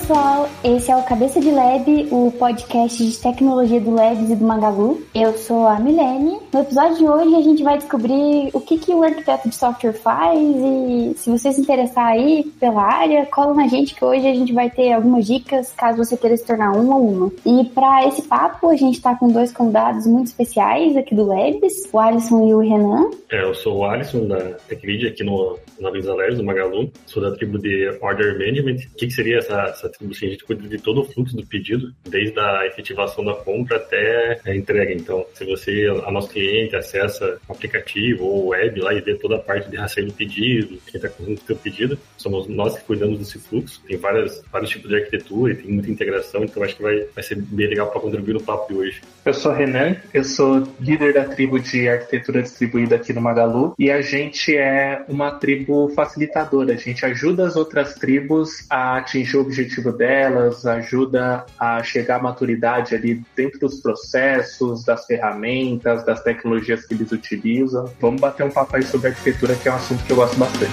pessoal, esse é o Cabeça de Lab, o podcast de tecnologia do Labs e do Magalu. Eu sou a Milene. No episódio de hoje a gente vai descobrir o que o arquiteto de software faz e se você se interessar aí pela área, cola na gente que hoje a gente vai ter algumas dicas caso você queira se tornar um ou uma. E para esse papo a gente tá com dois convidados muito especiais aqui do Labs, o Alisson e o Renan. Eu sou o Alisson da TechLead aqui na Visa Labs, do Magalu. Sou da tribo de Order Management. O que seria essa tribo? Assim, a gente cuida de todo o fluxo do pedido, desde a efetivação da compra até a entrega. Então, se você, a nosso cliente, acessa o aplicativo ou web lá e vê toda a parte de rastreio do pedido, quem está fazendo o seu pedido, somos nós que cuidamos desse fluxo. Tem vários tipos de arquitetura e tem muita integração, então acho que vai ser bem legal para contribuir no papo de hoje. Eu sou o Renan, eu sou líder da tribo de arquitetura distribuída aqui no Magalu e a gente é uma tribo facilitadora. A gente ajuda as outras tribos a atingir o objetivo delas, ajuda a chegar à maturidade ali dentro dos processos, das ferramentas, das tecnologias que eles utilizam. Vamos bater um papo aí sobre arquitetura, que é um assunto que eu gosto bastante.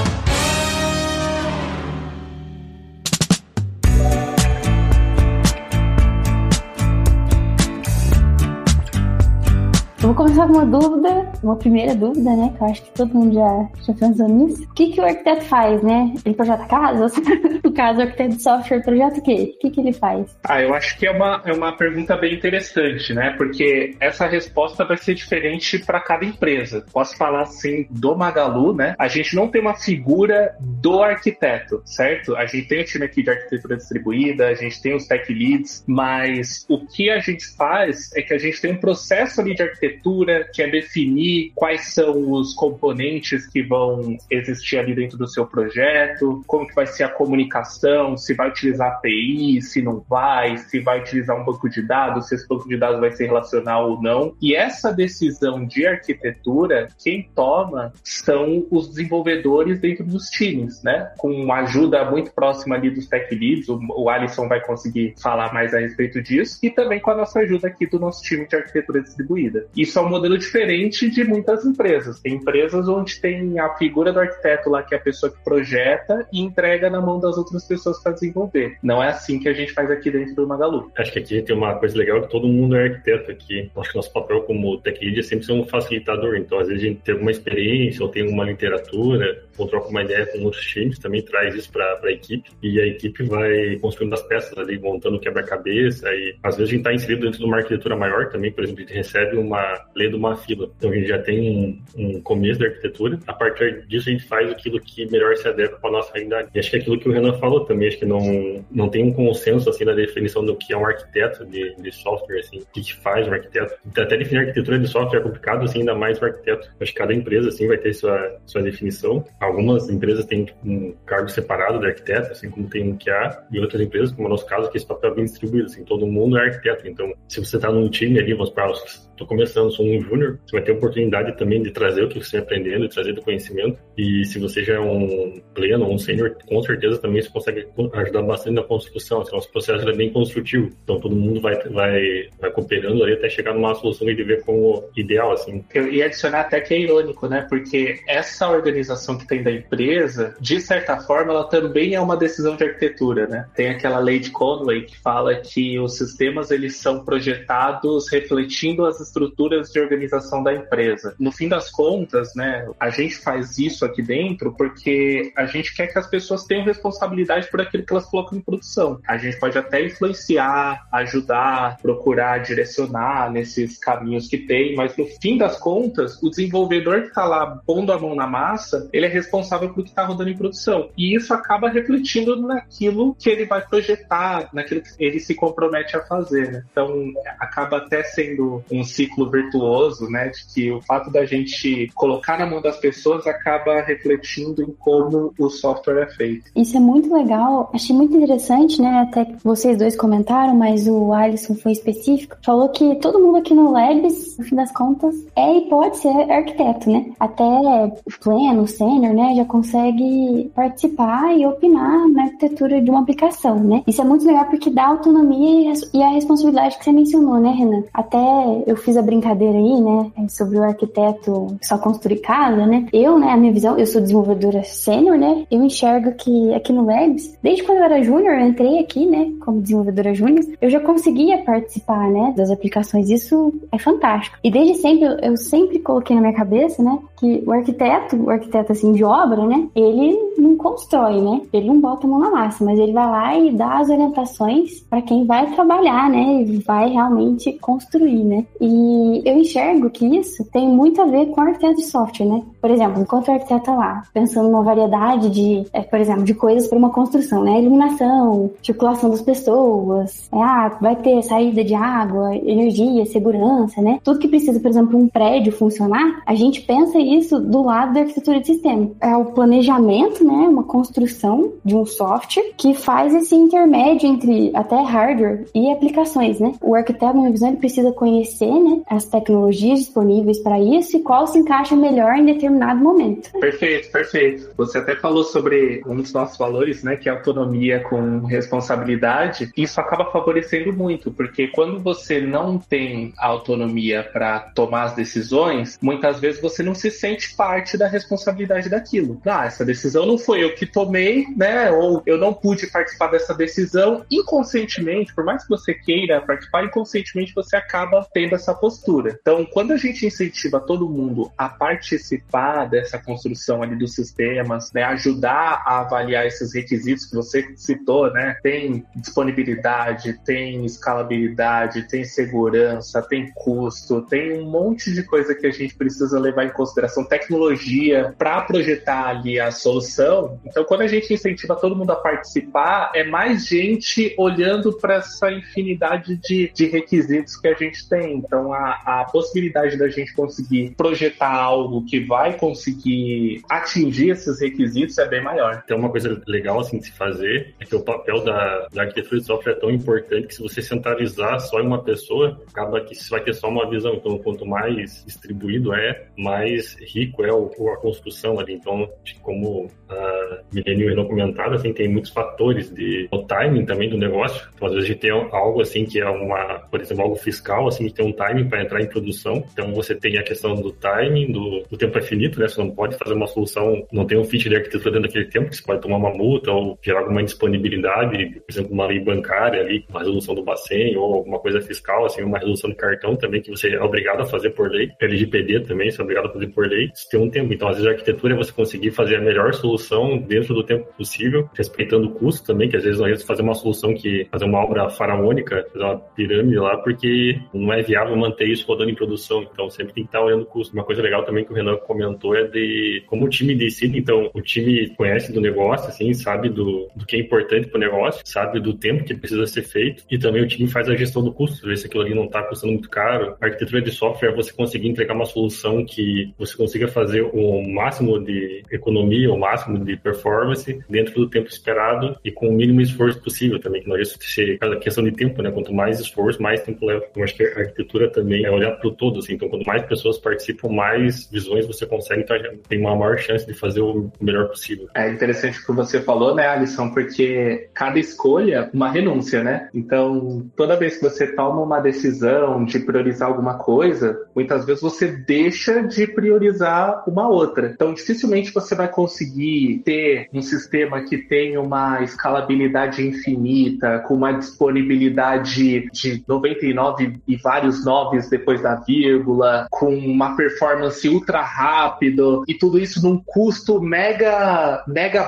Vou começar com uma primeira dúvida, né, que eu acho que todo mundo já pensou nisso. O que o arquiteto faz, né? Ele projeta casas? No caso, o arquiteto de software projeta o quê? O que ele faz? Eu acho que é uma pergunta bem interessante, né? Porque essa resposta vai ser diferente para cada empresa. Posso falar assim do Magalu, né? A gente não tem uma figura do arquiteto, certo? A gente tem o time aqui de arquitetura distribuída, a gente tem os tech leads, mas o que a gente faz é que a gente tem um processo ali de arquitetura que é definir quais são os componentes que vão existir ali dentro do seu projeto, como que vai ser a comunicação, se vai utilizar API, se não vai, se vai utilizar um banco de dados, se esse banco de dados vai ser relacional ou não. E essa decisão de arquitetura, quem toma são os desenvolvedores dentro dos times, né? Com uma ajuda muito próxima ali dos tech leads, o Alisson vai conseguir falar mais a respeito disso, e também com a nossa ajuda aqui do nosso time de arquitetura distribuída. Isso é um modelo diferente de muitas empresas. Tem empresas onde tem a figura do arquiteto lá, que é a pessoa que projeta e entrega na mão das outras pessoas para desenvolver. Não é assim que a gente faz aqui dentro do Magalu. Acho que aqui tem uma coisa legal, que todo mundo é arquiteto aqui. Acho que nosso papel como tech lead é sempre ser um facilitador. Então, às vezes a gente tem alguma experiência ou tem uma literatura ou troca uma ideia com outros times, também traz isso para a equipe. E a equipe vai construindo as peças ali, montando o quebra-cabeça. E às vezes a gente está inserido dentro de uma arquitetura maior também. Por exemplo, a gente recebe lendo uma fila. Então a gente já tem um começo da arquitetura. A partir disso a gente faz aquilo que melhor se adequa para a nossa realidade. E acho que é aquilo que o Renan falou também, acho que não tem um consenso assim na definição do que é um arquiteto de software, assim, o que faz um arquiteto. Até definir arquitetura de software é complicado, assim, ainda mais o arquiteto. Acho que cada empresa assim vai ter sua definição. Algumas empresas têm um cargo separado de arquiteto, assim como tem um QA, e outras empresas, como é o nosso caso, que esse papel é bem distribuído, assim, todo mundo é arquiteto. Então, se você está num time ali, vamos para estou começando, sou um júnior, você vai ter a oportunidade também de trazer o que você está aprendendo, de trazer do conhecimento. E se você já é um pleno, um sênior, com certeza também você consegue ajudar bastante na construção. Assim, nosso processo é bem construtivo. Então todo mundo vai cooperando ali até chegar numa solução que ele vê como ideal, assim. Eu ia adicionar até que é irônico, né? Porque essa organização que tem da empresa, de certa forma, ela também é uma decisão de arquitetura, né? Tem aquela lei de Conway que fala que os sistemas, eles são projetados refletindo as estruturas de organização da empresa. No fim das contas, né, a gente faz isso aqui dentro porque a gente quer que as pessoas tenham responsabilidade por aquilo que elas colocam em produção. A gente pode até influenciar, ajudar, procurar direcionar nesses caminhos que tem, mas no fim das contas, o desenvolvedor que está lá pondo a mão na massa, ele é responsável por o que está rodando em produção. E isso acaba refletindo naquilo que ele vai projetar, naquilo que ele se compromete a fazer, né? Então, acaba até sendo um ciclo virtuoso, né, de que o fato da gente colocar na mão das pessoas acaba refletindo em como o software é feito. Isso é muito legal, achei muito interessante, né, até que vocês dois comentaram, mas o Alisson foi específico, falou que todo mundo aqui no Labs, no fim das contas, é e pode ser arquiteto, né, até o pleno, o sênior, né, já consegue participar e opinar na arquitetura de uma aplicação, né. Isso é muito legal porque dá autonomia e a responsabilidade que você mencionou, né, Renan. Até eu fiz a brincadeira aí, né, sobre o arquiteto só construir casa, né? A minha visão, eu sou desenvolvedora sênior, né? Eu enxergo que aqui no Labs, desde quando eu era júnior, eu entrei aqui, né, como desenvolvedora júnior, eu já conseguia participar, né, das aplicações. Isso é fantástico. E desde sempre, eu sempre coloquei na minha cabeça, né, que o arquiteto assim de obra, né, ele não constrói, né? Ele não bota a mão na massa, mas ele vai lá e dá as orientações para quem vai trabalhar, né, e vai realmente construir, né? E eu enxergo que isso tem muito a ver com o arquiteto de software, né? Por exemplo, enquanto o arquiteto tá lá, pensando numa variedade de, por exemplo, de coisas para uma construção, né? Iluminação, circulação das pessoas, vai ter saída de água, energia, segurança, né? Tudo que precisa, por exemplo, um prédio funcionar, a gente pensa isso do lado da arquitetura de sistema. É o planejamento, né? Uma construção de um software que faz esse intermédio entre até hardware e aplicações, né? O arquiteto, na minha visão, ele precisa conhecer, né, as tecnologias disponíveis para isso e qual se encaixa melhor em determinado momento. Perfeito. Você até falou sobre um dos nossos valores, né, que é autonomia com responsabilidade. Isso acaba favorecendo muito, porque quando você não tem autonomia para tomar as decisões, muitas vezes você não se sente parte da responsabilidade daquilo. Essa decisão não foi eu que tomei, né, ou eu não pude participar dessa decisão. Inconscientemente, por mais que você queira participar, inconscientemente você acaba tendo essa postura. Então, quando a gente incentiva todo mundo a participar dessa construção ali dos sistemas, né, ajudar a avaliar esses requisitos que você citou, né, tem disponibilidade, tem escalabilidade, tem segurança, tem custo, tem um monte de coisa que a gente precisa levar em consideração, tecnologia, para projetar ali a solução. Então, quando a gente incentiva todo mundo a participar, é mais gente olhando para essa infinidade de requisitos que a gente tem. Então, a possibilidade da gente conseguir projetar algo que vai conseguir atingir esses requisitos é bem maior. Então, uma coisa legal assim de se fazer é que o papel da arquitetura de software é tão importante que se você centralizar só em uma pessoa, acaba que você vai ter só uma visão. Então, quanto mais distribuído mais rico é a construção ali. Então, como a Milene e o Renan comentaram, assim, tem muitos fatores o timing também do negócio. Então, às vezes a gente tem algo assim que é por exemplo, algo fiscal, assim, que tem um timing para entrar em produção. Então, você tem a questão do timing, do tempo é finito, né? Você não pode fazer uma solução, não tem um feature de arquitetura dentro daquele tempo, que você pode tomar uma multa ou gerar alguma indisponibilidade, por exemplo, uma lei bancária ali, uma resolução do Bacen ou alguma coisa fiscal, assim, uma resolução de cartão também, que você é obrigado a fazer por lei. LGPD também, você é obrigado a fazer por lei. Isso tem um tempo. Então, às vezes, a arquitetura é você conseguir fazer a melhor solução dentro do tempo possível, respeitando o custo também, que às vezes não é fazer uma solução fazer uma obra faraônica, fazer uma pirâmide lá, porque não é viável manter isso rodando em produção. Então, sempre tem que estar olhando o custo. Uma coisa legal também que o Renan comentou é de como o time decide. Então, o time conhece do negócio, assim, sabe do que é importante para o negócio, sabe do tempo que precisa ser feito, e também o time faz a gestão do custo, ver se aquilo ali não está custando muito caro. A arquitetura de software é você conseguir entregar uma solução que você consiga fazer o máximo de economia, o máximo de performance dentro do tempo esperado e com o mínimo esforço possível também, que não é isso cada questão de tempo, né? Quanto mais esforço, mais tempo leva. Eu acho que a arquitetura também é olhar para o todo, assim. Então, quanto mais pessoas participam, mais visões você consegue, então tem uma maior chance de fazer o melhor possível. É interessante o que você falou, né, Alisson, porque cada escolha é uma renúncia, né? Então, toda vez que você toma uma decisão de priorizar alguma coisa, muitas vezes você deixa de priorizar uma outra. Então, dificilmente você vai conseguir ter um sistema que tenha uma escalabilidade infinita, com uma disponibilidade de 99 e vários noves depois da vírgula, com uma performance ultra rápido, e tudo isso num custo mega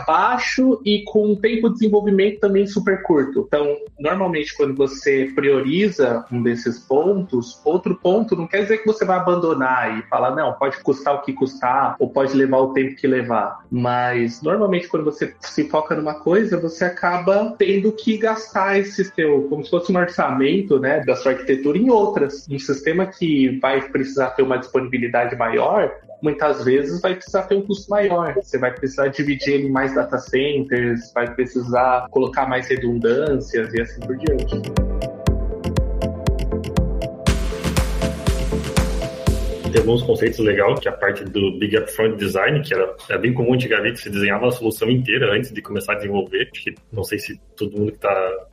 baixo e com um tempo de desenvolvimento também super curto. Então, normalmente, quando você prioriza um desses pontos, outro ponto não quer dizer que você vai abandonar e falar, não, pode custar o que custar, ou pode levar o tempo que levar. Mas, normalmente, quando você se foca numa coisa, você acaba tendo que gastar esse seu, como se fosse um orçamento, né, da sua arquitetura em outras. Um sistema que vai precisar ter uma disponibilidade maior, muitas vezes vai precisar ter um custo maior. Você vai precisar dividir ele em mais data centers, vai precisar colocar mais redundâncias e assim por diante. Tem alguns conceitos legais, que é a parte do Big Upfront Design, que era bem comum antigamente, se desenhava a solução inteira antes de começar a desenvolver. Acho que, não sei se todo mundo que está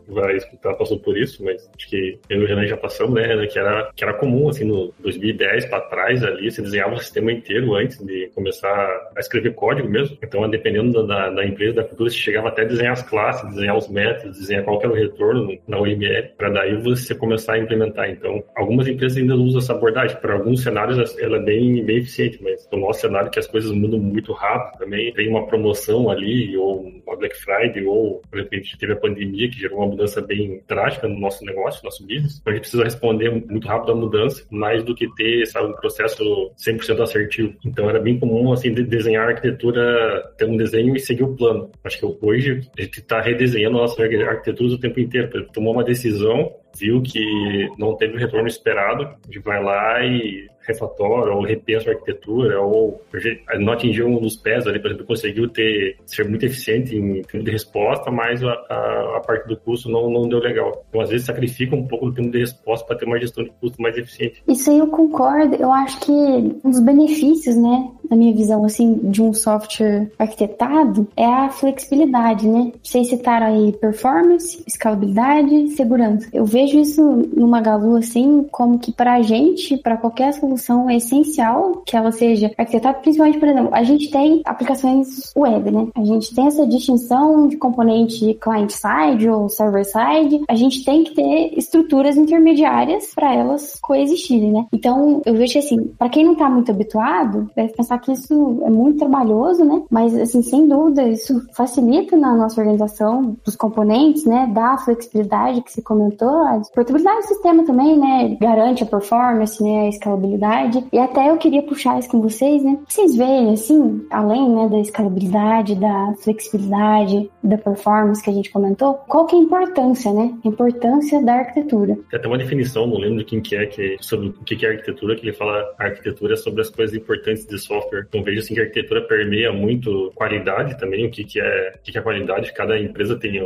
vai escutar passou por isso, mas acho que eu e o Renan já passamos, né, que era comum, assim, no 2010 para trás ali, você desenhava o sistema inteiro antes de começar a escrever código mesmo. Então, dependendo da empresa, da cultura, você chegava até a desenhar as classes, desenhar os métodos, desenhar qual que era o retorno na UML, para daí você começar a implementar. Então, algumas empresas ainda usam essa abordagem. Para alguns cenários, ela é bem eficiente, mas no nosso cenário, que as coisas mudam muito rápido também, tem uma promoção ali, ou uma Black Friday, ou, por exemplo, a gente teve a pandemia, que gerou uma mudança bem drástica no nosso negócio, no nosso business. Então, a gente precisa responder muito rápido à mudança, mais do que ter, sabe, um processo 100% assertivo. Então, era bem comum, assim, desenhar a arquitetura, ter um desenho e seguir o plano. Acho que hoje a gente está redesenhando a nossa arquitetura o tempo inteiro. Por exemplo, tomou uma decisão, viu que não teve o retorno esperado, a gente vai lá e refatora ou repensa a arquitetura, ou não atingiu um dos pés ali, por exemplo, conseguiu ser muito eficiente em tempo de resposta, mas a parte do custo não deu legal. Então, às vezes, sacrifica um pouco do tempo de resposta para ter uma gestão de custo mais eficiente. Isso aí eu concordo. Eu acho que um dos benefícios, né, na minha visão, assim, de um software arquitetado é a flexibilidade, né? Vocês citaram aí performance, escalabilidade, segurança. Eu vejo isso no Magalu, assim, como que pra gente, pra qualquer solução, é essencial que ela seja arquitetada, principalmente, por exemplo, a gente tem aplicações web, né? A gente tem essa distinção de componente client-side ou server-side. A gente tem que ter estruturas intermediárias para elas coexistirem, né? Então, eu vejo que, assim, para quem não tá muito habituado, deve pensar que isso é muito trabalhoso, né? Mas, assim, sem dúvida, isso facilita na nossa organização dos componentes, né? Dá a flexibilidade que você comentou, a portabilidade do sistema também, né? Garante a performance, né? A escalabilidade. E até eu queria puxar isso com vocês, né? Vocês veem, assim, além, né, da escalabilidade, da flexibilidade, da performance que a gente comentou, qual que é a importância, né? A importância da arquitetura. Tem até uma definição, não lembro de quem que é, sobre o que é arquitetura, que ele fala a arquitetura é sobre as coisas importantes de software. Então vejo assim que a arquitetura permeia muito qualidade também, o que é qualidade. Cada empresa tem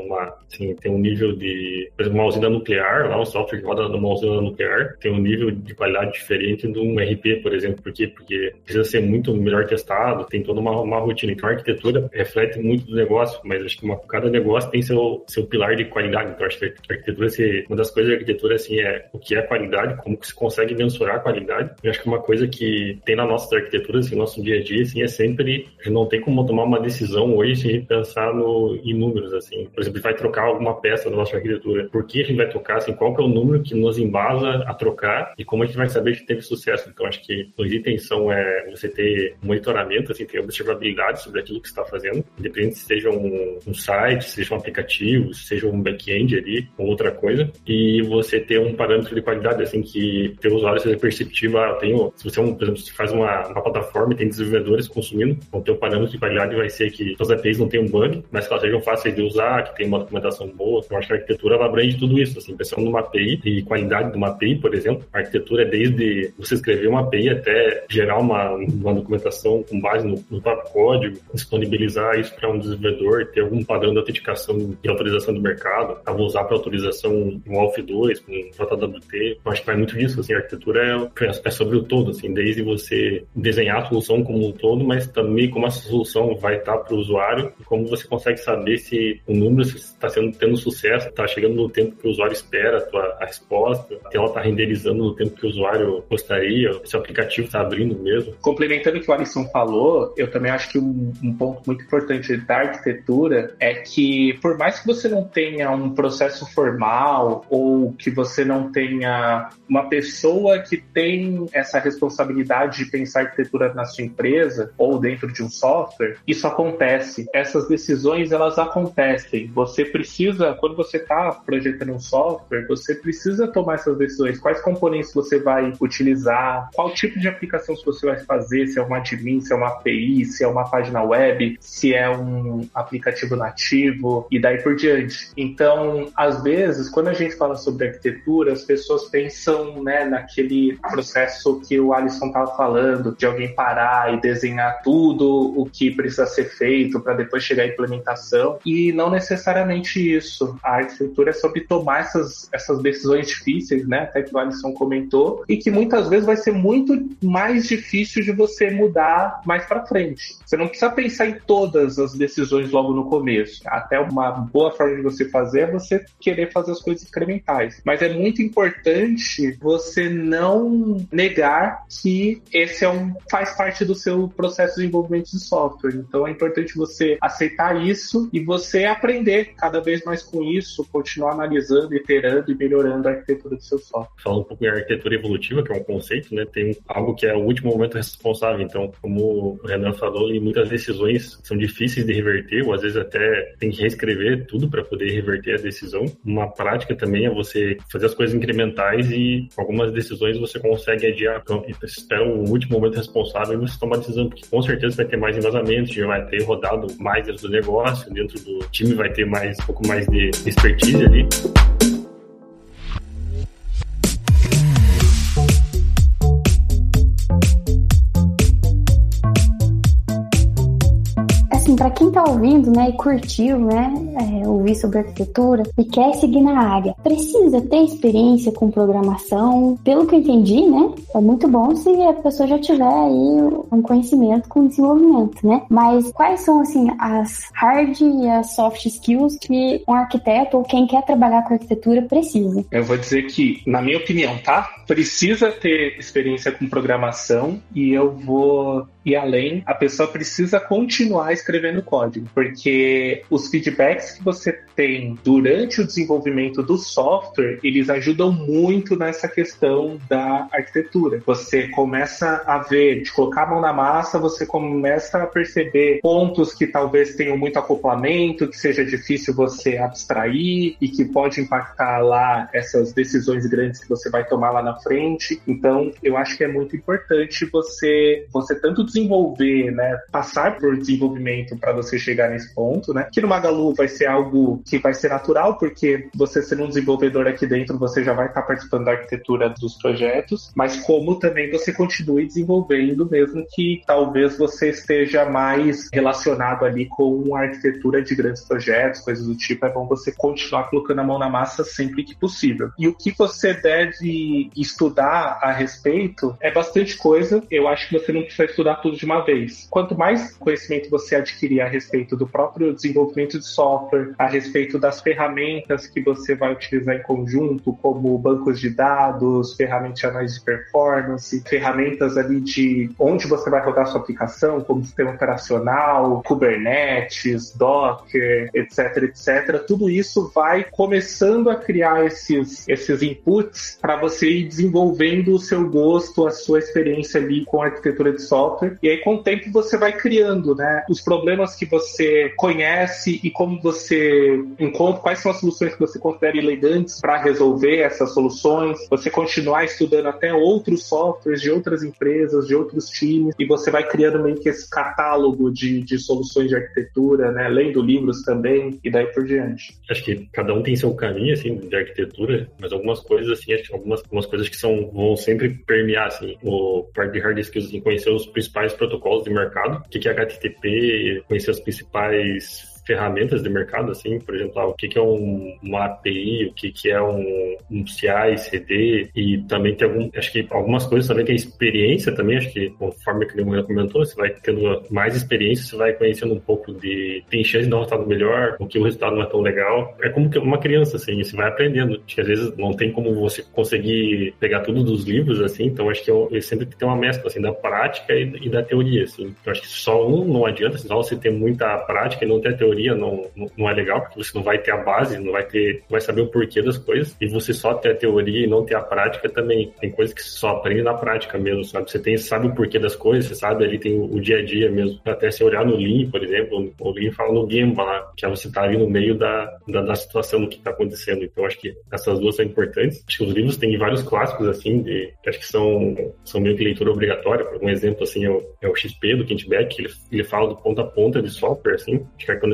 um nível de, por exemplo, uma usina nuclear, lá um software que roda numa usina nuclear, tem um nível de qualidade diferente de um RP, por exemplo. Por quê? Porque precisa ser muito melhor testado, tem toda uma rotina. Então a arquitetura reflete muito do negócio, mas acho que cada negócio tem seu pilar de qualidade. Então acho que a arquitetura, uma das coisas da arquitetura, assim, é o que é qualidade, como que se consegue mensurar a qualidade. Eu acho que uma coisa que tem na nossa arquitetura, assim, no nosso dia a dia, assim, é sempre, a gente não tem como tomar uma decisão hoje se a gente pensar em números, assim. Por exemplo, a gente vai trocar alguma peça da nossa arquitetura. Por que a gente vai trocar, assim, qual que é o número que nos embasa a trocar e como a gente vai saber que teve sucesso. Então, acho que os itens são você ter monitoramento, assim, ter observabilidade sobre aquilo que você está fazendo, independente se seja um site, se seja um aplicativo, se seja um back-end ali, ou outra coisa, e você ter um parâmetro de qualidade, assim, que teu usuário seja perceptível. Se você, por exemplo, se faz uma plataforma e tem desenvolvedores consumindo, o teu parâmetro de qualidade vai ser que as APIs não tenham bug, mas que elas sejam fáceis de usar, que tenham uma documentação boa. Então, acho que a arquitetura, ela abrange tudo isso, assim, pensando numa API e qualidade de uma API, por exemplo. A arquitetura é desde você escrever uma API até gerar uma documentação com base no próprio código, disponibilizar isso para um desenvolvedor, ter algum padrão de autenticação e autorização do mercado. Eu vou usar para autorização um AUF2, com JWT. Eu acho que vai muito disso, assim, a arquitetura é sobre o todo, assim, desde você desenhar a solução como um todo, mas também como essa solução vai estar para o usuário e como você consegue saber se o número está tendo sucesso, está chegando no tempo que o usuário espera a resposta, se ela está renderizando no tempo que o usuário gostaria, se o aplicativo está abrindo mesmo. Complementando o que o Alisson falou, eu também acho que um ponto muito importante da arquitetura é que, por mais que você não tenha um processo formal ou que você não tenha uma pessoa que tem essa responsabilidade de pensar arquitetura na sua empresa ou dentro de um software, isso acontece. Essas decisões, elas acontecem. Você precisa, quando você está projetando um software, você precisa tomar essas decisões. Quais componentes você vai utilizar, qual tipo de aplicação você vai fazer, se é um admin, se é uma API, se é uma página web, se é um aplicativo nativo e daí por diante. Então, às vezes, quando a gente fala sobre arquitetura, as pessoas pensam, né, naquele processo que o Alisson estava falando, de alguém parar parar e desenhar tudo o que precisa ser feito para depois chegar à implementação. E não necessariamente isso. A arquitetura é sobre tomar essas decisões difíceis, né? Até que o Alisson comentou, e que muitas vezes vai ser muito mais difícil de você mudar mais para frente. Você não precisa pensar em todas as decisões logo no começo. Até uma boa forma de você fazer é você querer fazer as coisas incrementais. Mas é muito importante você não negar que esse faz parte do seu processo de desenvolvimento de software. Então é importante você aceitar isso e você aprender cada vez mais com isso, continuar analisando, iterando e melhorando a arquitetura do seu software. Falando um pouco em arquitetura evolutiva, que é um conceito, né? Tem algo que é o último momento responsável. Então, como o Renan falou, muitas decisões são difíceis de reverter, ou às vezes até tem que reescrever tudo para poder reverter a decisão. Uma prática também é você fazer as coisas incrementais e algumas decisões você consegue adiar. Então, espera o último momento responsável e você toma a decisão, porque com certeza vai ter mais embasamento, já vai ter rodado mais dentro do negócio, dentro do time vai ter um pouco mais de expertise ali. Para quem tá ouvindo, né, e curtiu, né, ouvir sobre arquitetura e quer seguir na área, precisa ter experiência com programação. Pelo que eu entendi, né, é muito bom se a pessoa já tiver aí um conhecimento com desenvolvimento, né? Mas quais são, assim, as hard e as soft skills que um arquiteto ou quem quer trabalhar com arquitetura precisa? Eu vou dizer que, na minha opinião, tá? Precisa ter experiência com programação e eu vou ir além. A pessoa precisa continuar escrevendo código, porque os feedbacks que você tem durante o desenvolvimento do software, eles ajudam muito nessa questão da arquitetura. Você começa a ver, de colocar a mão na massa, você começa a perceber pontos que talvez tenham muito acoplamento, que seja difícil você abstrair e que pode impactar lá essas decisões grandes que você vai tomar lá na frente. Então, eu acho que é muito importante você tanto desenvolver, né, passar por desenvolvimento para você chegar nesse ponto, né, que no Magalu vai ser algo que vai ser natural, porque você sendo um desenvolvedor aqui dentro, você já vai estar participando da arquitetura dos projetos, mas como também você continue desenvolvendo, mesmo que talvez você esteja mais relacionado ali com a arquitetura de grandes projetos, coisas do tipo, é bom você continuar colocando a mão na massa sempre que possível. E o que você deve estudar a respeito é bastante coisa. Eu acho que você não precisa estudar tudo de uma vez. Quanto mais conhecimento você adquirir a respeito do próprio desenvolvimento de software, a respeito das ferramentas que você vai utilizar em conjunto, como bancos de dados, ferramentas de análise de performance, ferramentas ali de onde você vai rodar sua aplicação, como sistema operacional, Kubernetes, Docker, etc. Tudo isso vai começando a criar esses inputs para você ir desenvolvendo o seu gosto, a sua experiência ali com a arquitetura de software. E aí, com o tempo, você vai criando, né, os problemas que você conhece e como você encontra, quais são as soluções que você considera elegantes para resolver essas soluções. Você continuar estudando até outros softwares de outras empresas, de outros times, e você vai criando meio que esse catálogo de soluções de arquitetura, né, lendo livros também, e daí por diante. Acho que cada um tem seu caminho, assim, de arquitetura, mas algumas coisas, assim, acho que algumas coisas que vão sempre permear, assim, o parte de hard skills, assim, conhecer os principais protocolos de mercado, o que é HTTP, conhecer as principais ferramentas de mercado, assim, por exemplo, o que é uma API, o que é um CI, CD, e também tem acho que algumas coisas também tem experiência também, acho que conforme que o Leandro comentou, você vai tendo mais experiência, você vai conhecendo um pouco tem chance de dar um resultado melhor, o que o resultado não é tão legal. É como que uma criança, assim, você vai aprendendo. Acho que às vezes não tem como você conseguir pegar tudo dos livros, assim, então acho que eu sempre tem uma mescla, assim, da prática e da teoria, assim. Então acho que só não adianta, só você ter muita prática e não ter a teoria, não é legal, porque você não vai ter a base, não vai saber o porquê das coisas, e você só ter a teoria e não ter a prática também. Tem coisas que só aprende na prática mesmo, sabe? Você sabe o porquê das coisas, você sabe, ali tem o dia a dia mesmo. Até se olhar no Lean, por exemplo, o Lean fala no Gemba lá, que é você tá ali no meio da situação do que tá acontecendo. Então acho que essas duas são importantes. Acho que os livros têm vários clássicos, assim, que acho que são meio que leitura obrigatória. Por um exemplo, assim, é o XP do Kent Beck, ele fala do ponta a ponta de software, assim. Acho que quando você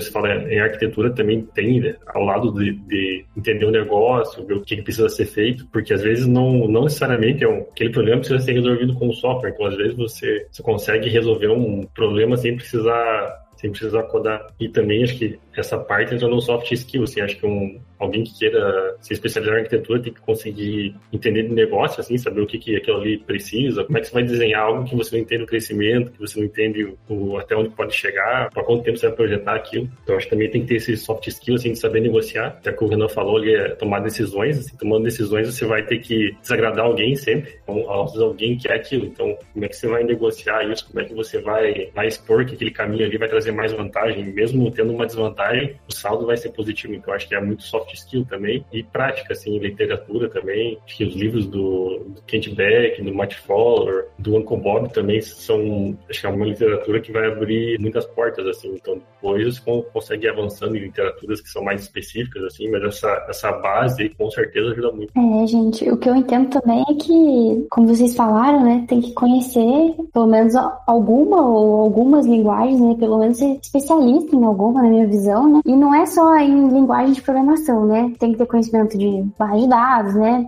você fala em arquitetura, também tem, né, ao lado de entender o negócio, ver o que precisa ser feito, porque às vezes não necessariamente aquele problema precisa ser resolvido com o software. Então, às vezes você consegue resolver um problema sem precisar codar. E também acho que essa parte entra no soft skill, assim, acho que alguém que queira se especializar em arquitetura tem que conseguir entender de negócio, assim, saber o que aquilo ali precisa, como é que você vai desenhar algo que você não entende o crescimento, que você não entende até onde pode chegar, para quanto tempo você vai projetar aquilo. Então acho que também tem que ter esse soft skill, assim, de saber negociar. Até que o Renan falou ali, tomar decisões, assim, tomando decisões você vai ter que desagradar alguém sempre, então às vezes alguém quer aquilo, então como é que você vai negociar isso, como é que você vai expor que aquele caminho ali vai trazer mais vantagem, mesmo tendo uma desvantagem, o saldo vai ser positivo. Então acho que é muito soft skill também, e prática, assim, literatura também. Acho que os livros do Kent Beck, do Matt Fowler, do Uncle Bob também acho que é uma literatura que vai abrir muitas portas, assim. Então depois você consegue ir avançando em literaturas que são mais específicas, assim, mas essa base aí, com certeza ajuda muito. Gente, o que eu entendo também é que, como vocês falaram, né, tem que conhecer pelo menos alguma ou algumas linguagens, né, pelo menos ser especialista em alguma, na minha visão, né, e não é só em linguagem de programação, né, tem que ter conhecimento de barra de dados, né,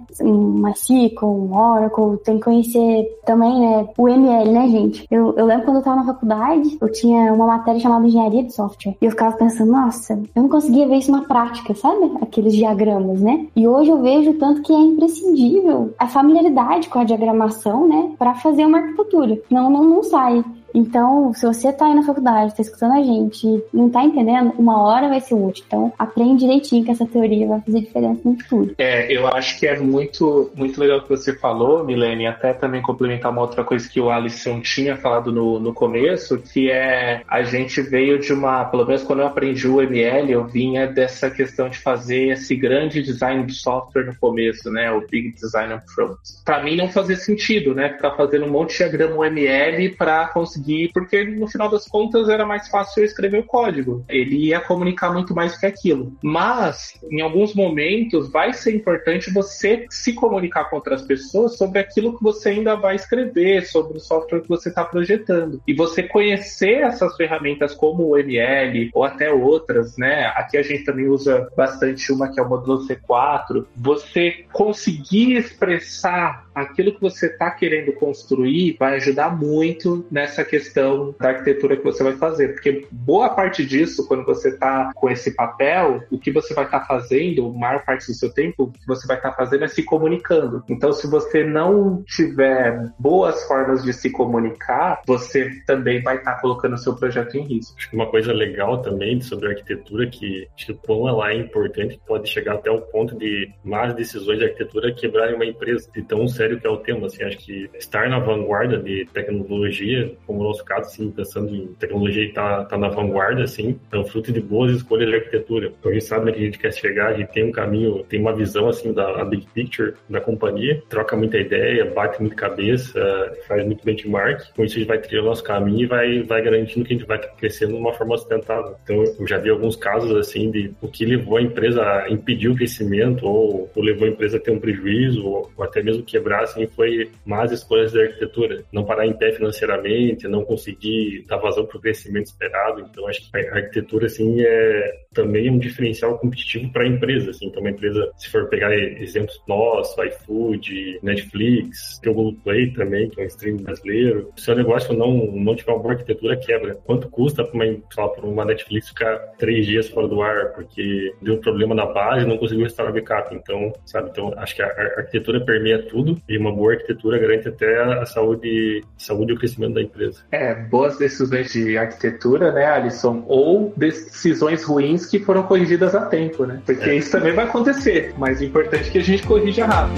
MySQL, Oracle, tem que conhecer também, né, o ML, né, gente. Eu lembro quando eu tava na faculdade, eu tinha uma matéria chamada Engenharia de Software, e eu ficava pensando, nossa, eu não conseguia ver isso na prática, sabe? Aqueles diagramas, né? E hoje eu vejo o tanto que é imprescindível a familiaridade com a diagramação, né, para fazer uma arquitetura. Não sai. Então, se você tá aí na faculdade, tá escutando a gente e não tá entendendo, uma hora vai ser útil. Então, aprende direitinho que essa teoria vai fazer diferença no futuro. Eu acho que é muito, muito legal o que você falou, Milene, até também complementar uma outra coisa que o Alisson tinha falado no começo, que a gente veio de pelo menos quando eu aprendi o ML, eu vinha dessa questão de fazer esse grande design de software no começo, né, o Big Design Upfront. Pra mim não fazia sentido, né, ficar fazendo um monte de diagrama ML pra conseguir, porque no final das contas era mais fácil eu escrever o código. Ele ia comunicar muito mais que aquilo. Mas, em alguns momentos, vai ser importante você se comunicar com outras pessoas sobre aquilo que você ainda vai escrever, sobre o software que você está projetando. E você conhecer essas ferramentas como o ML, ou até outras, né? Aqui a gente também usa bastante uma que é o módulo C4. Você conseguir expressar aquilo que você está querendo construir vai ajudar muito nessa questão da arquitetura que você vai fazer, porque boa parte disso, quando você está com esse papel, o que você vai estar fazendo, a maior parte do seu tempo, o que você vai estar fazendo é se comunicando. Então, se você não tiver boas formas de se comunicar, você também vai estar colocando o seu projeto em risco. Acho que uma coisa legal também sobre a arquitetura, que acho que o quão ela é importante, pode chegar até o ponto de más decisões de arquitetura quebrarem uma empresa, de tão sério que é o tema, assim. Acho que estar na vanguarda de tecnologia, como no nosso caso, assim, pensando em tecnologia e tá na vanguarda, assim, é um fruto de boas escolhas de arquitetura. Então a gente sabe, né, que a gente quer chegar, a gente tem um caminho, tem uma visão, assim, da big picture da companhia, troca muita ideia, bate muita cabeça, faz muito benchmark. Com isso a gente vai trilhando o nosso caminho e vai garantindo que a gente vai crescendo de uma forma sustentável. Então eu já vi alguns casos, assim, de o que levou a empresa a impedir o crescimento ou levou a empresa a ter um prejuízo ou até mesmo quebrar, assim, foi más escolhas da arquitetura. Não parar em pé financeiramente, não conseguir dar vazão para o crescimento esperado. Então acho que a arquitetura, assim, também é um diferencial competitivo para a empresa, assim. Então uma empresa, se for pegar exemplos nossos, iFood, Netflix, tem o Google Play também, que é um streaming brasileiro. Se o negócio não tiver uma boa arquitetura, quebra. Quanto custa para uma Netflix ficar 3 dias fora do ar porque deu problema na base e não conseguiu restaurar o backup? Então, sabe? Então acho que a arquitetura permeia tudo e uma boa arquitetura garante até a saúde e o crescimento da empresa. Boas decisões de arquitetura, né, Alisson? Ou decisões ruins que foram corrigidas a tempo, né? Porque isso também vai acontecer, mas o importante é que a gente corrija rápido.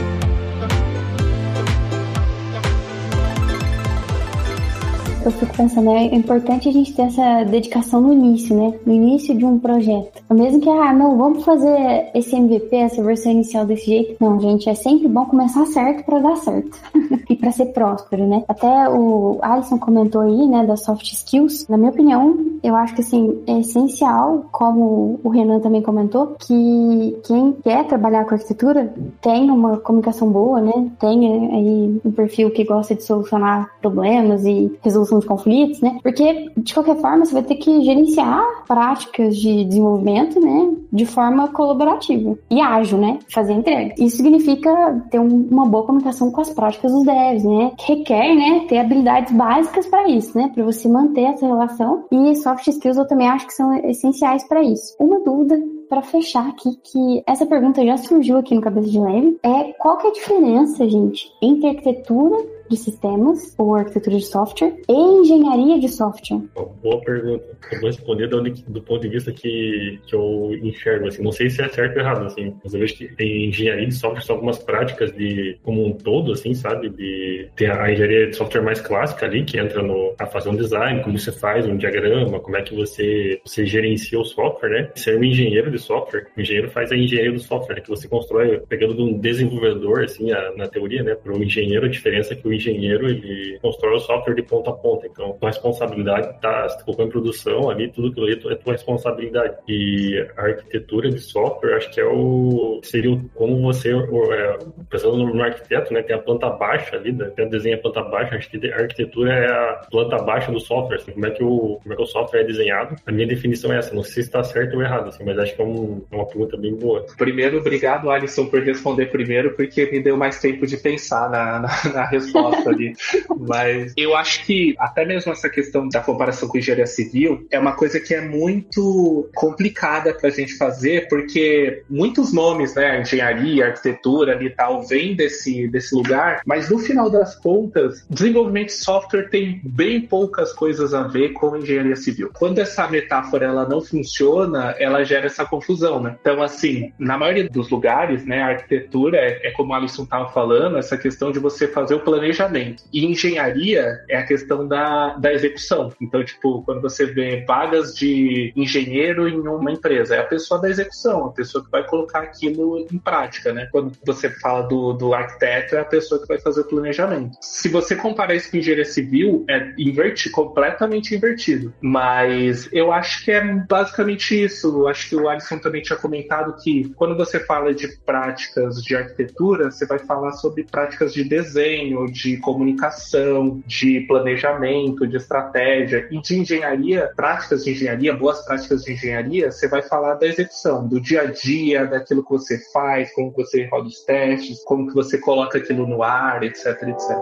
Eu fico pensando, é importante a gente ter essa dedicação no início, né? No início de um projeto. Mesmo que, não, vamos fazer esse MVP, essa versão inicial desse jeito. Não, gente, é sempre bom começar certo pra dar certo. E pra ser próspero, né? Até o Alisson comentou aí, né, das soft skills. Na minha opinião, eu acho que, assim, é essencial, como o Renan também comentou, que quem quer trabalhar com arquitetura tenha uma comunicação boa, né? Tenha aí um perfil que gosta de solucionar problemas e resolução de conflitos, né? Porque, de qualquer forma, você vai ter que gerenciar práticas de desenvolvimento, né? De forma colaborativa e ágil, né? Fazer entrega. Isso significa ter uma boa comunicação com as práticas dos devs, né? Que requer, né? Ter habilidades básicas para isso, né? Para você manter essa relação. E soft skills eu também acho que são essenciais para isso. Uma dúvida para fechar aqui, que essa pergunta já surgiu aqui no Cabeça de Lab, é qual que é a diferença, gente, entre arquitetura de sistemas ou arquitetura de software e engenharia de software? Boa pergunta. Eu vou responder do ponto de vista que eu enxergo, assim, não sei se é certo ou errado, assim, mas eu vejo que em engenharia de software são algumas práticas como um todo, assim, sabe, tem a engenharia de software mais clássica ali, que entra a fazer um design, como você faz um diagrama, como é que você gerencia o software, né? Ser um engenheiro de software, o engenheiro faz a engenharia do software, né, que você constrói, pegando de um desenvolvedor, assim, na teoria, né, para o engenheiro, a diferença é que o engenheiro, ele constrói o software de ponta a ponta, então a responsabilidade se tu colocou em produção ali, tudo aquilo ali é tua responsabilidade. E a arquitetura de software, acho que seria como você, pensando no arquiteto, né, tem a planta baixa ali, até desenha a planta baixa, acho que a arquitetura é a planta baixa do software, assim, como é que o software é desenhado. A minha definição é essa, não sei se está certo ou errado, assim, mas acho que é uma pergunta bem boa. Primeiro, obrigado, Alisson, por responder primeiro, porque me deu mais tempo de pensar na resposta ali. Mas eu acho que até mesmo essa questão da comparação com engenharia civil é uma coisa que é muito complicada pra gente fazer, porque muitos nomes, né, engenharia, arquitetura ali e tal, vêm desse lugar, mas no final das contas, desenvolvimento de software tem bem poucas coisas a ver com engenharia civil. Quando essa metáfora ela não funciona, ela gera essa confusão, né? Então, assim, na maioria dos lugares, né, a arquitetura é como o Alisson estava falando, essa questão de você fazer o planejamento. E engenharia é a questão da execução. Então, tipo, quando você vê vagas de engenheiro em uma empresa, é a pessoa da execução, a pessoa que vai colocar aquilo em prática, né? Quando você fala do arquiteto, é a pessoa que vai fazer o planejamento. Se você comparar isso com engenharia civil, é completamente invertido. Mas eu acho que é basicamente isso. Eu acho que o Alisson também tinha comentado que quando você fala de práticas de arquitetura, você vai falar sobre práticas de desenho, de comunicação, de planejamento, de estratégia. E de engenharia, práticas de engenharia, boas práticas de engenharia, você vai falar da execução, do dia a dia, daquilo que você faz, como você roda os testes, como que você coloca aquilo no ar, etc, etc.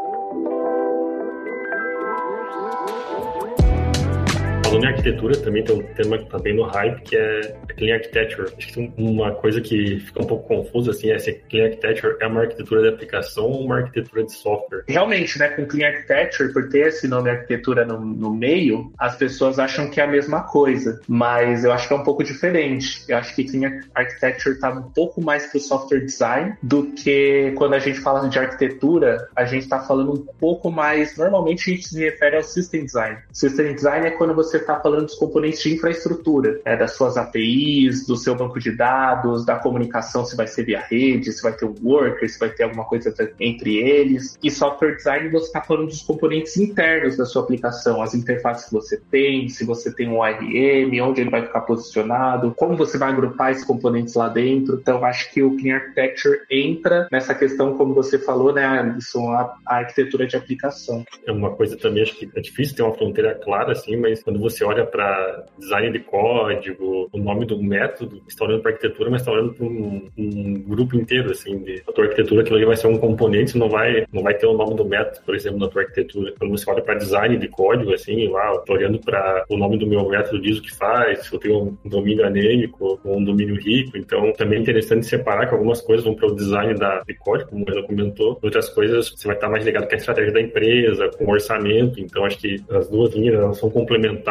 Falando em arquitetura, também tem um tema que está bem no hype, que é Clean Architecture. Acho que tem uma coisa que fica um pouco confusa, assim, é se Clean Architecture é uma arquitetura de aplicação ou uma arquitetura de software. Realmente, né, com Clean Architecture, por ter esse nome arquitetura no meio, as pessoas acham que é a mesma coisa, mas eu acho que é um pouco diferente. Eu acho que Clean Architecture está um pouco mais para o software design do que quando a gente fala de arquitetura, a gente está falando um pouco mais, normalmente a gente se refere ao System Design. System Design é quando você está falando dos componentes de infraestrutura, né, das suas APIs, do seu banco de dados, da comunicação, se vai ser via rede, se vai ter um worker, se vai ter alguma coisa entre eles. E software design, você está falando dos componentes internos da sua aplicação, as interfaces que você tem, se você tem um ORM, onde ele vai ficar posicionado, como você vai agrupar esses componentes lá dentro. Então, acho que o Clean Architecture entra nessa questão, como você falou, né, Alisson, a arquitetura de aplicação. É uma coisa também, acho que é difícil ter uma fronteira clara, assim, mas quando você olha para design de código, o nome do método, está olhando para arquitetura, mas está olhando para um grupo inteiro, assim, a tua arquitetura, aquilo ali vai ser um componente, não vai ter o nome do método, por exemplo, na tua arquitetura. Quando você olha para design de código, assim, lá, eu tô olhando para o nome do meu método, diz o que faz, se eu tenho um domínio anêmico ou um domínio rico, então também é interessante separar que algumas coisas vão para o design de código, como ela comentou, outras coisas você vai estar mais ligado com a estratégia da empresa, com o orçamento, então acho que as duas linhas elas são complementares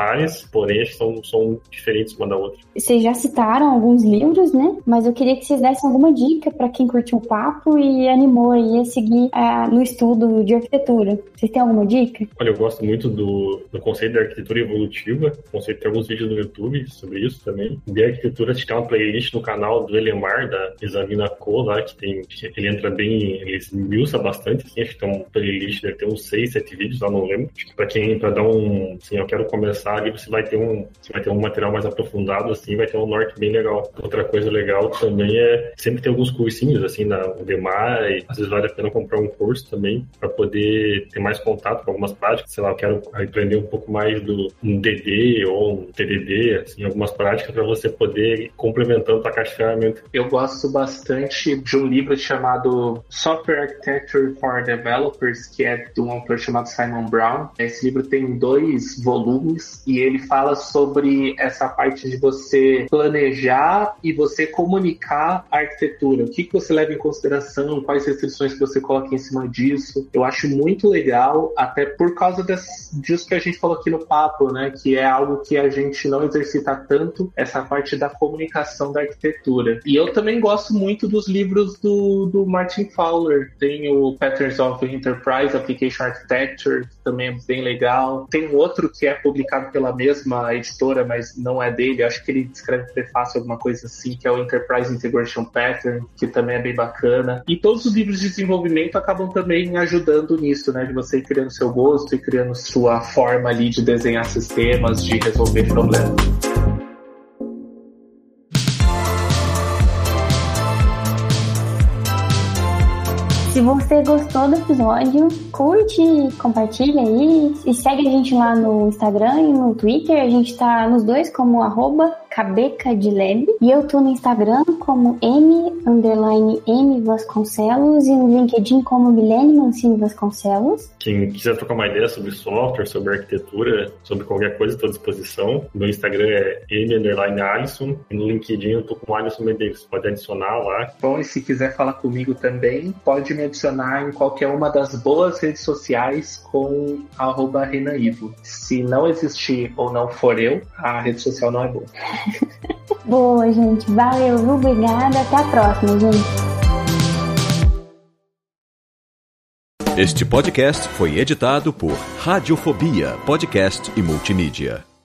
áreas, porém são diferentes uma da outra. Vocês já citaram alguns livros, né? Mas eu queria que vocês dessem alguma dica para quem curtiu o papo e animou aí a seguir no estudo de arquitetura. Vocês têm alguma dica? Olha, eu gosto muito do conceito da arquitetura evolutiva. O conceito tem alguns vídeos no YouTube sobre isso também. De arquitetura, tem uma playlist no canal do Elemar, da Examina Co, lá, ele entra bem, ele esmiuça bastante, assim, acho que tem uma playlist, deve ter uns 6, 7 vídeos, lá não lembro. Acho que pra dar assim, eu quero começar ali, você vai ter um material mais aprofundado, assim, vai ter um norte bem legal. Outra coisa legal também é sempre ter alguns cursinhos, assim, na Udemar, e às vezes vale a pena comprar um curso também, para poder ter mais contato com algumas práticas. Sei lá, eu quero aprender um pouco mais do um DD ou um TDD, assim, algumas práticas para você poder ir complementando a caixa de ferramentas. Eu gosto bastante de um livro chamado Software Architecture for Developers, que é de um autor chamado Simon Brown. Esse livro tem 2 volumes e ele fala sobre essa parte de você planejar e você comunicar a arquitetura. O que você leva em consideração, quais restrições que você coloca em cima disso. Eu acho muito legal, até por causa disso que a gente falou aqui no papo, né? Que é algo que a gente não exercita tanto, essa parte da comunicação da arquitetura. E eu também gosto muito dos livros do Martin Fowler. Tem o Patterns of Enterprise Application Architecture, que também é bem legal. Tem um outro que é publicado pela mesma editora, mas não é dele. Acho que ele escreve prefácio, alguma coisa assim, que é o Enterprise Integration Pattern, que também é bem bacana. E todos os livros de desenvolvimento acabam também ajudando nisso, né? De você ir criando seu gosto e criando sua forma ali de desenhar sistemas, de resolver problemas. Se você gostou do episódio, curte, compartilha aí e segue a gente lá no Instagram e no Twitter. A gente tá nos dois como @cabecadilab e eu tô no Instagram como M_M Vasconcelos e no LinkedIn como Milene Mancini Vasconcelos. Quem quiser trocar uma ideia sobre software, sobre arquitetura, sobre qualquer coisa, estou à disposição. Meu Instagram é M_Alisson e no LinkedIn eu tô com Alisson Medeiros. Pode adicionar lá. Bom, e se quiser falar comigo também, pode me adicionar em qualquer uma das boas redes sociais com @Renaivo. Se não existir ou não for eu, a rede social não é boa. Boa, gente. Valeu, obrigada. Até a próxima, gente. Este podcast foi editado por Radiofobia, podcast e multimídia.